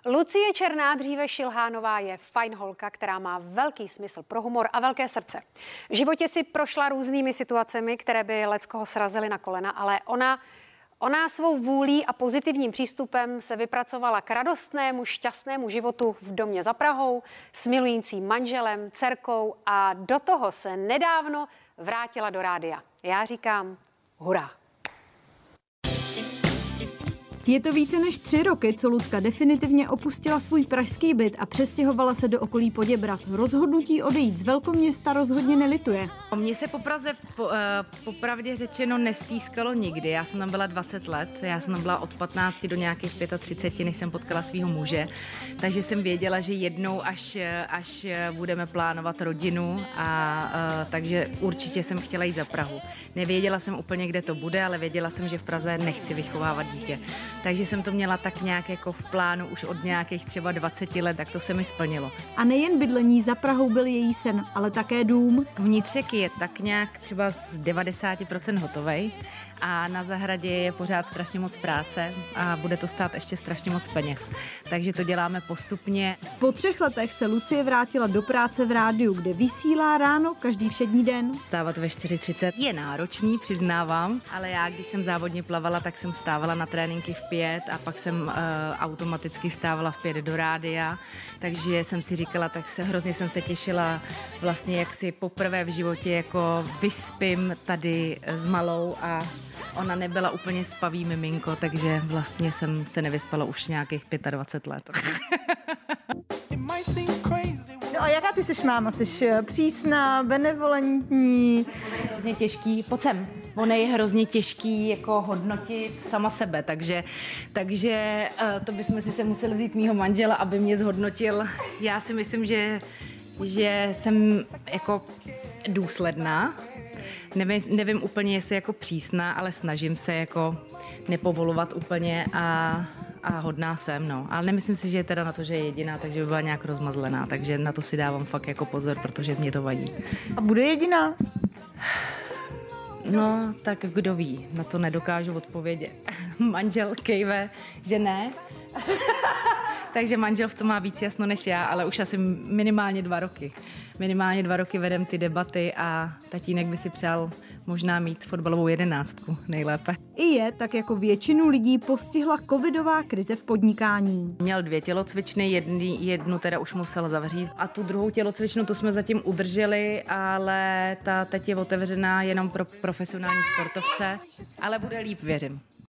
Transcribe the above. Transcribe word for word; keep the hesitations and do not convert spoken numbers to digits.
Lucie Černá, dříve Šilhánová, je fajn holka, která má velký smysl pro humor a velké srdce. V životě si prošla různými situacemi, které by leckoho srazily na kolena, ale ona, ona svou vůlí a pozitivním přístupem se vypracovala k radostnému, šťastnému životu v domě za Prahou s milujícím manželem, dcerkou a do toho se nedávno vrátila do rádia. Já říkám hurá. Je to více než tři roky, co Lucka definitivně opustila svůj pražský byt a přestěhovala se do okolí Poděbrad. Rozhodnutí odejít z velkoměsta rozhodně nelituje. Mně se po Praze po, uh, popravdě řečeno nestýskalo nikdy. Já jsem tam byla dvacet let, já jsem tam byla od patnácti do nějakých třiceti pěti, než jsem potkala svého muže. Takže jsem věděla, že jednou, až, až budeme plánovat rodinu, a uh, takže určitě jsem chtěla jít za Prahu. Nevěděla jsem úplně, kde to bude, ale věděla jsem, že v Praze nechci vychovávat dítě. Takže jsem to měla tak nějak jako v plánu už od nějakých třeba dvaceti let, tak to se mi splnilo. A nejen bydlení za Prahou byl její sen, ale také dům. Vnitřek je tak nějak třeba z devadesát procent hotovej a na zahradě je pořád strašně moc práce a bude to stát ještě strašně moc peněz. Takže to děláme postupně. Po třech letech se Lucie vrátila do práce v rádiu, kde vysílá ráno každý všední den. Stávat ve čtyři třicet je náročný, přiznávám, ale já, když jsem závodně plavala, tak jsem stávala na tréninky v pět a pak jsem uh, automaticky vstávala v pět do rádia, takže jsem si říkala, tak se hrozně jsem se těšila vlastně, jak si poprvé v životě jako vyspím tady s malou a ona nebyla úplně spavý miminko, takže vlastně jsem se nevyspala už nějakých dvacet pět let. No a jaká ty jsi máma? Jsi přísná, benevolentní? Hrozně těžký, pojď sem. On je hrozně těžký jako hodnotit sama sebe, takže, takže to bychom si se museli vzít mýho manžela, aby mě zhodnotil. Já si myslím, že, že jsem jako důsledná. Nevím, nevím úplně, jestli jako přísná, ale snažím se jako nepovolovat úplně a, a hodná jsem, no. Ale nemyslím si, že je teda na to, že je jediná, takže by byla nějak rozmazlená, takže na to si dávám fakt jako pozor, protože mě to vadí. A bude jediná? No, tak kdo ví, na to nedokážu odpovědět. Manžel kejve, že ne. Takže manžel v tom má víc jasno než já, ale už asi minimálně dva roky. Minimálně dva roky vedem ty debaty a tatínek by si přál možná mít fotbalovou jedenáctku nejlépe. I je, tak jako většinu lidí, postihla covidová krize v podnikání. Měl dvě tělocvičny, jedny, jednu teda už musel zavřít a tu druhou tělocvičnu tu jsme zatím udrželi, ale ta teď je otevřená jenom pro profesionální sportovce, ale bude líp, věřím.